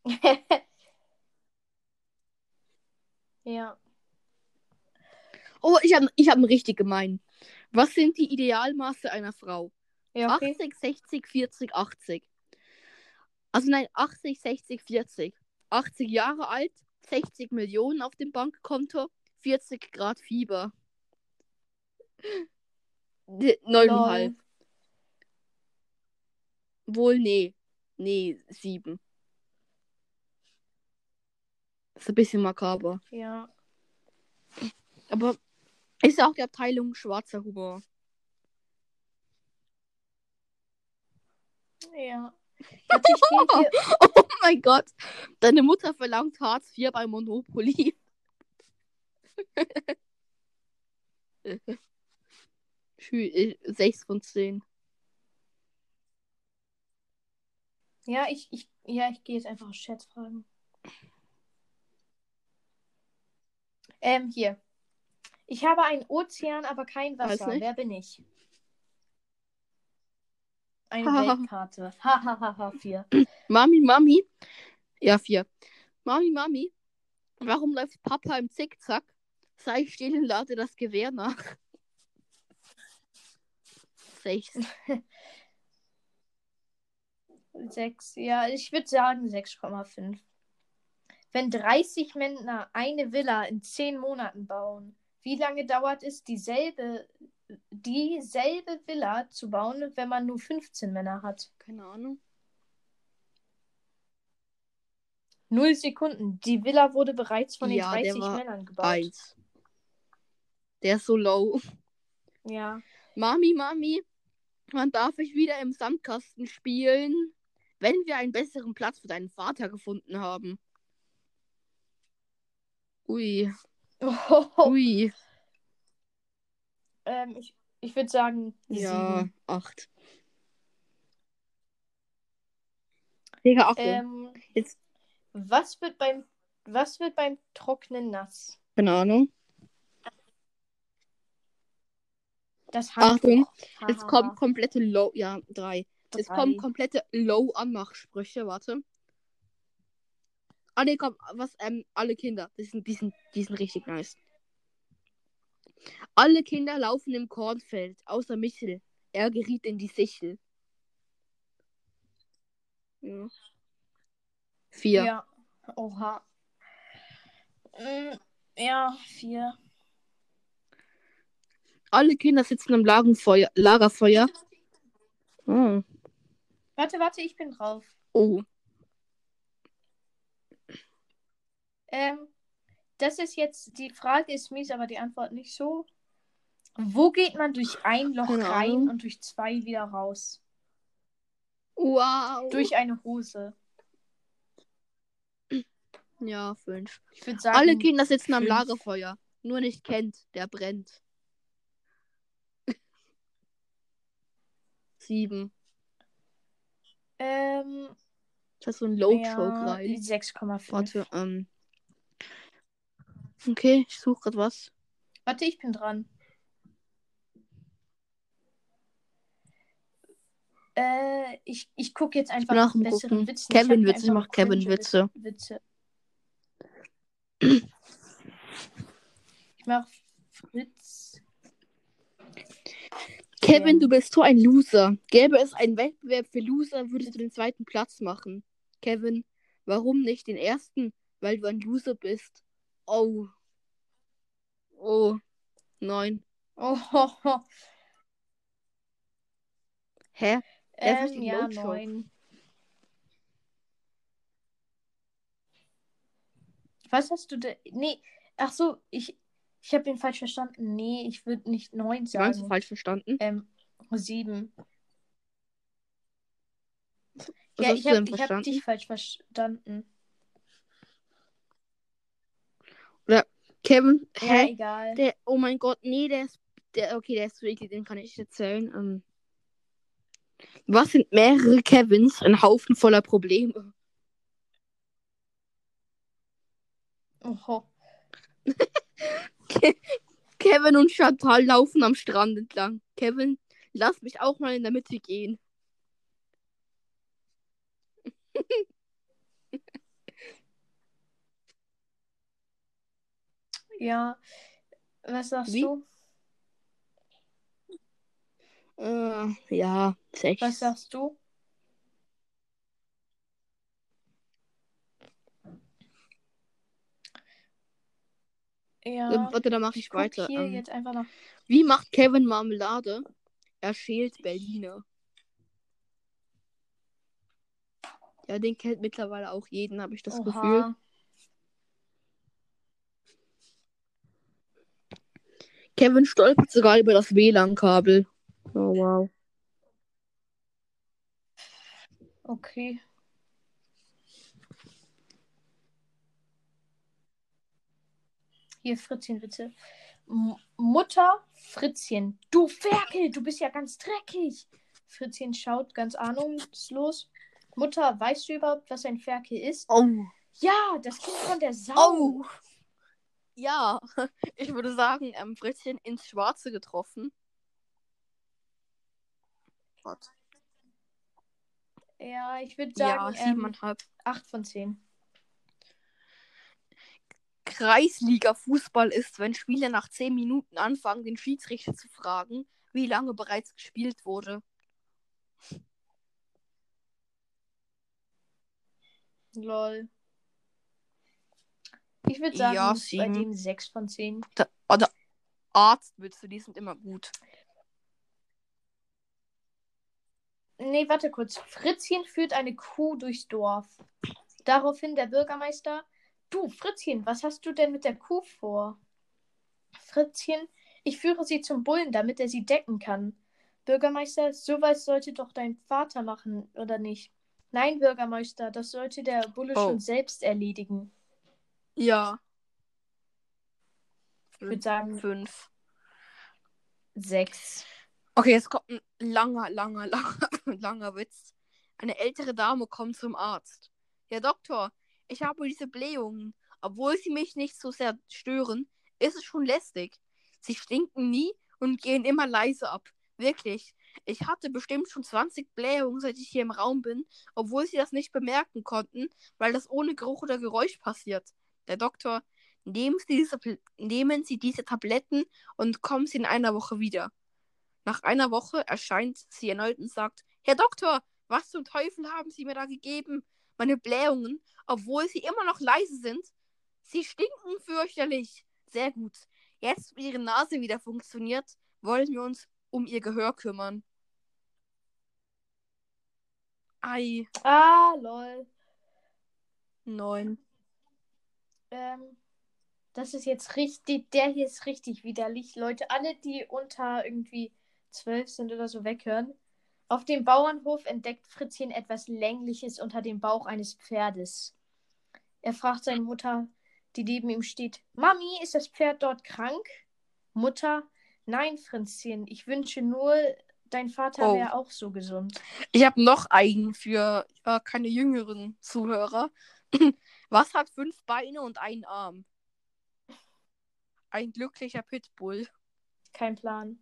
Ja. Oh, ich hab einen richtig gemeinen. Was sind die Idealmaße einer Frau? Ja, okay. 80, 60, 40, 80. Also nein, 80, 60, 40. 80 Jahre alt, 60 Millionen auf dem Bankkonto, 40 Grad Fieber. 9,5. Wohl, nee. Nee, 7. Ist ein bisschen makaber. Ja. Aber ist ja auch die Abteilung schwarzer Humor. Ja. Warte, ich gehe hier. Oh mein Gott. Deine Mutter verlangt Hartz IV bei Monopoly. 6 von 10. Ja, ich gehe jetzt einfach Schätzfragen. Hier. Ich habe einen Ozean, aber kein Weiß Wasser. nicht. Wer bin ich? Eine Weltkarte. Hahaha, 4. Mami. Ja, 4. Mami. Warum läuft Papa im Zickzack? Sei still und lade das Gewehr nach. 6. 6. Ja, ich würde sagen 6,5. Wenn 30 Männer eine Villa in 10 Monaten bauen, wie lange dauert es, dieselbe Villa zu bauen, wenn man nur 15 Männer hat? Keine Ahnung. 0 Sekunden. Die Villa wurde bereits von den Ja, der 30 war Männern gebaut. 1. Der ist so low. Ja. Mami, wann darf ich wieder im Sandkasten spielen, wenn wir einen besseren Platz für deinen Vater gefunden haben? Ui. Ui. Ich würde sagen Ja, 7. 8. Digga, Achtung. Jetzt. Was wird beim Trocknen nass? Keine Ahnung. Das Handtuch. Achtung. Es kommt komplette Low. Ja, 3. Es kommen komplette Low-Anmachsprüche. Warte. Ah, ne, komm. Alle Kinder. Die sind richtig nice. Alle Kinder laufen im Kornfeld, außer Michel. Er geriet in die Sichel. Ja. 4. Ja. Oha. Ja, 4. Alle Kinder sitzen am Lagerfeuer. Oh. Warte, ich bin drauf. Oh. Das ist jetzt, die Frage ist mies, aber die Antwort nicht so. Wo geht man durch ein Loch Keine rein Ahnung. und durch zwei wieder raus? Wow. Durch eine Hose. Ja, 5. Ich würde Alle sagen, Kinder sitzen am 5. Lagerfeuer. Nur nicht Kent, der brennt. 7. Das ist so ein Low-Choke Ja, rein. 6,5. Warte, okay, ich suche gerade was. Warte, ich bin dran. Ich gucke jetzt Ich bin einfach auch nach im besseren Gucken. Witzen. Ich hab hier Kevin-Witze, ich einfach mach nur cringe Kevin-Witze. Witze. Ich mach Fritz. Kevin, du bist so ein Loser. Gäbe es einen Wettbewerb für Loser, würdest du den zweiten Platz machen. Kevin, warum nicht den ersten? Weil du ein Loser bist. Oh. Oh. 9. Oh, ho, ho. Hä? Der ist richtig Ja, Low-Choke. 9. Was hast du da? Nee, ach so, ich habe ihn falsch verstanden. Nee, ich würde nicht 9 Wie meinst du sagen. falsch verstanden? 7. Was Ja, hast du denn ich hab verstanden? dich falsch verstanden. Oder Kevin, Ja, hä? egal. Der, oh mein Gott, nee, okay, der ist zu eklig, den kann ich erzählen. Was sind mehrere Kevins? Ein Haufen voller Probleme. Oho. Kevin und Chantal laufen am Strand entlang. Kevin, lass mich auch mal in der Mitte gehen. Ja, was sagst Wie? du? Ja, Was 6. sagst du? Ja, Warte, da mache ich ich guck weiter. hier jetzt einfach nach. Wie macht Kevin Marmelade? Er schält Berliner. Ja, den kennt mittlerweile auch jeden, habe ich das Gefühl. Oha. Kevin stolpert sogar über das WLAN-Kabel. Oh, wow. Okay. Hier, Fritzchen, bitte. Mutter, Fritzchen. Du Ferkel, du bist ja ganz dreckig. Fritzchen schaut ganz ahnungslos. Mutter, weißt du überhaupt, was ein Ferkel ist? Oh. Ja, das Kind von der Sau. Oh. Ja, ich würde sagen, Fritzchen ins Schwarze getroffen. Gott. Ja, ich würde Ja, sagen, 7,5. 8 von 10. Kreisliga-Fußball ist, wenn Spieler nach 10 Minuten anfangen, den Schiedsrichter zu fragen, wie lange bereits gespielt wurde. Lol. Ich würde Ja, sagen, bei 7. dem 6 von 10. Oder Arztwitze, die sind immer gut. Nee, warte kurz. Fritzchen führt eine Kuh durchs Dorf. Daraufhin der Bürgermeister. Du, Fritzchen, was hast du denn mit der Kuh vor? Fritzchen, ich führe sie zum Bullen, damit er sie decken kann. Bürgermeister, sowas sollte doch dein Vater machen, oder nicht? Nein, Bürgermeister, das sollte der Bulle schon selbst erledigen. Ja. Ich würde sagen 5. 6. Okay, jetzt kommt ein langer, langer Witz. Eine ältere Dame kommt zum Arzt. Herr Doktor, ich habe diese Blähungen. Obwohl sie mich nicht so sehr stören, ist es schon lästig. Sie stinken nie und gehen immer leise ab. Wirklich. Ich hatte bestimmt schon 20 Blähungen, seit ich hier im Raum bin, obwohl sie das nicht bemerken konnten, weil das ohne Geruch oder Geräusch passiert. Der Doktor, nehmen Sie diese Tabletten und kommen Sie in einer Woche wieder. Nach einer Woche erscheint sie erneut und sagt: Herr Doktor, was zum Teufel haben Sie mir da gegeben? Meine Blähungen, obwohl sie immer noch leise sind. Sie stinken fürchterlich. Sehr gut. Jetzt, wo Ihre Nase wieder funktioniert, wollen wir uns um Ihr Gehör kümmern. Ei. Ah, lol. 9. Das ist jetzt richtig, der hier ist richtig widerlich. Leute, alle, die unter irgendwie 12 sind oder so, weghören. Auf dem Bauernhof entdeckt Fritzchen etwas Längliches unter dem Bauch eines Pferdes. Er fragt seine Mutter, die neben ihm steht: Mami, ist das Pferd dort krank? Mutter: Nein, Fritzchen, ich wünsche nur, dein Vater Oh. wäre auch so gesund. Ich habe noch einen für keine jüngeren Zuhörer. Was hat 5 Beine und einen Arm? Ein glücklicher Pitbull. Kein Plan.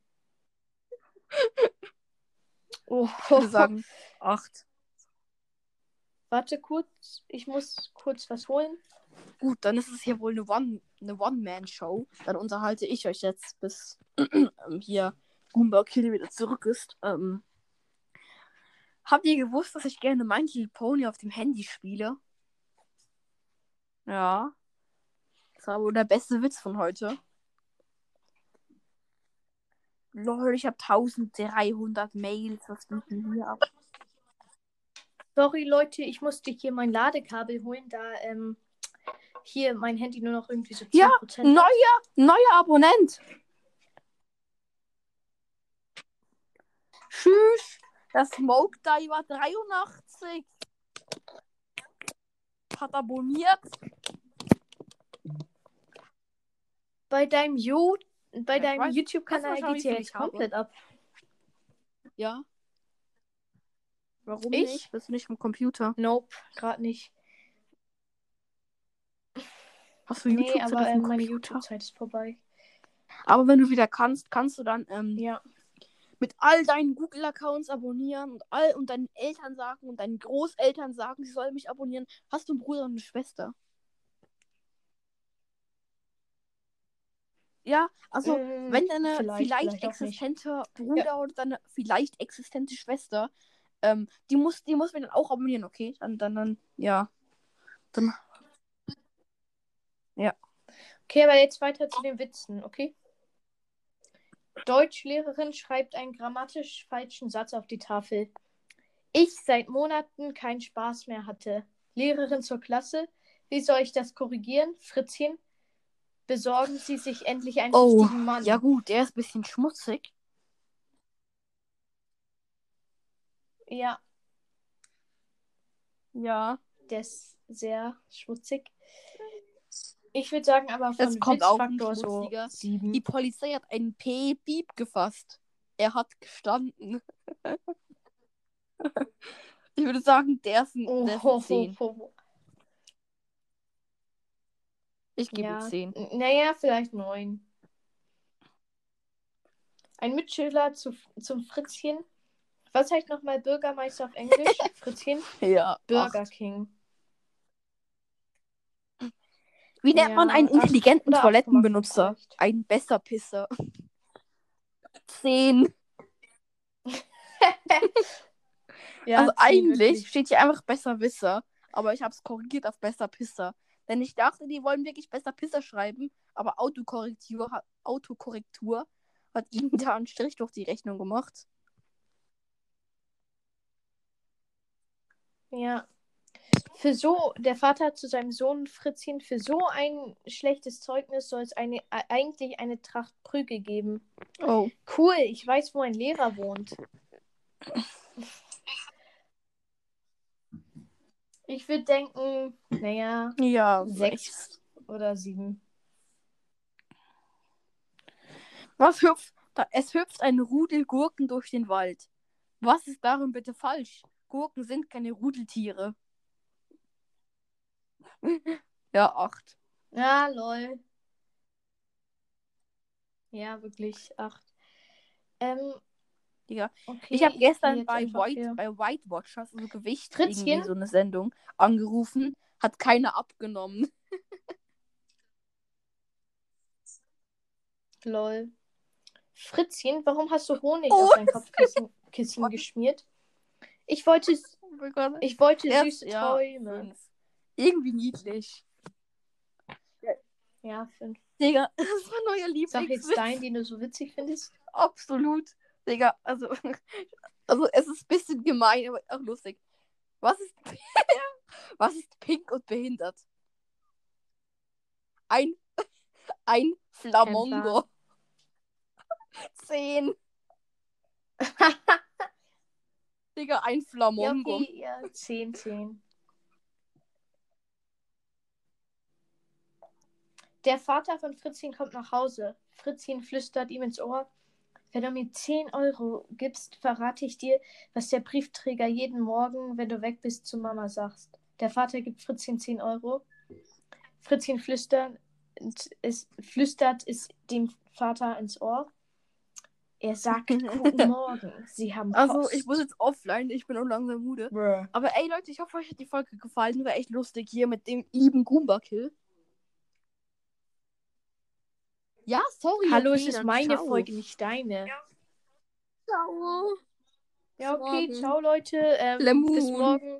Oh, Ich würde sagen 8. warte kurz, ich muss kurz was holen. Gut, dann ist es hier wohl eine One-Man-Show. Dann unterhalte ich euch jetzt, bis hier Goomba Kill wieder zurück ist. Habt ihr gewusst, dass ich gerne My Little Pony auf dem Handy spiele? Ja. Das war wohl der beste Witz von heute. Lol, ich habe 1300 Mails. Was geht denn hier ab? Sorry, Leute, ich musste hier mein Ladekabel holen, da hier mein Handy nur noch irgendwie so 10% Ja, hat. neuer Abonnent. Tschüss. Der Smoke Diver 83 hat abonniert. Bei deinem weiß- YouTube-Kanal weißt du, wie geht viel ja ich jetzt komplett ab. Ja. Warum Ich? nicht? Bist du nicht vom Computer? Nope, gerade nicht. Hast du Nee, YouTube aber auf dem meine Computer? YouTube-Zeit ist vorbei. Aber wenn du wieder kannst du dann Ja. mit all deinen Google-Accounts abonnieren und deinen Eltern sagen und deinen Großeltern sagen, sie sollen mich abonnieren. Hast du einen Bruder und eine Schwester? Ja, also wenn deine vielleicht auch nicht. existente Bruder oder deine vielleicht existente Schwester, die muss mir dann auch abonnieren, okay? Dann, ja. Dann, ja. Okay, aber jetzt weiter zu den Witzen, okay? Deutschlehrerin schreibt einen grammatisch falschen Satz auf die Tafel. Ich seit Monaten keinen Spaß mehr hatte. Lehrerin zur Klasse: Wie soll ich das korrigieren? Fritzchen: Besorgen Sie sich endlich einen richtigen Mann. Ja gut, der ist ein bisschen schmutzig. Ja, Ja. der ist sehr schmutzig. Ich würde sagen, aber von Jetzt kommt auch ein Witzfaktor so schmutziger. 7. Die Polizei hat einen P-Beep gefasst. Er hat gestanden. Ich würde sagen, der ist ein 10. Ich gebe Ja, 10. naja, vielleicht 9. Ein Mitschüler zum Fritzchen: Was heißt nochmal Bürgermeister auf Englisch? Fritzchen: Ja. Burger 8. King. Wie nennt man einen 8 intelligenten oder 8,5 Toilettenbenutzer? reicht. Ein Besserpisser. 10. Ja, Also 10 eigentlich wirklich. steht hier einfach Besserwisser, aber ich habe es korrigiert auf Besserpisser. Denn ich dachte, die wollen wirklich Besserpisser schreiben, aber Autokorrektur hat ihnen da einen Strich durch die Rechnung gemacht. Ja. Der Vater hat zu seinem Sohn Fritzchen: Für so ein schlechtes Zeugnis soll es eigentlich eine Tracht Prügel geben. Oh. Cool, ich weiß, wo ein Lehrer wohnt. Ich würde denken, naja, Ja, 6 oder 7. Was hüpft? Es hüpft ein Rudel Gurken durch den Wald. Was ist darin bitte falsch? Gurken sind keine Rudeltiere. Ja, 8. Ja, lol. Ja, wirklich 8. Digga. Okay, Ich habe gestern jetzt bei einfach hier. White Watchers, also Gewicht, Fritzchen? irgendwie so eine Sendung, angerufen. Hat keiner abgenommen. Lol. Fritzchen, warum hast du Honig auf dein Kopfkissen geschmiert? Ich wollte Oh mein Gott. süße Träume. 5. Irgendwie niedlich. Ja, 5. Digga, das ist mein neuer Sag jetzt Lieblingswitz. deinen, den du so witzig findest. Absolut. Digga, also es ist ein bisschen gemein, aber auch lustig. Was ist, was ist pink und behindert? Ein Ein Kein Flamongo. Plan. 10. Digga, ein Ja, Flamongo. okay, ja, 10. Der Vater von Fritzchen kommt nach Hause. Fritzchen flüstert ihm ins Ohr: Wenn du mir 10 Euro gibst, verrate ich dir, was der Briefträger jeden Morgen, wenn du weg bist, zu Mama sagst. Der Vater gibt Fritzchen 10 Euro. Fritzchen flüstert es dem Vater ins Ohr. Er sagt Guten Morgen, Sie haben Post. Also, ich muss jetzt offline, ich bin auch langsam müde. Bruh. Aber ey, Leute, ich hoffe, euch hat die Folge gefallen. War echt lustig hier mit dem lieben Goomba-Kill. Ja, sorry, Hallo, okay, es ist dann meine ciao. Folge, nicht deine. Ciao. Ja, okay, Morgen. ciao Leute. Bis Lemon. morgen.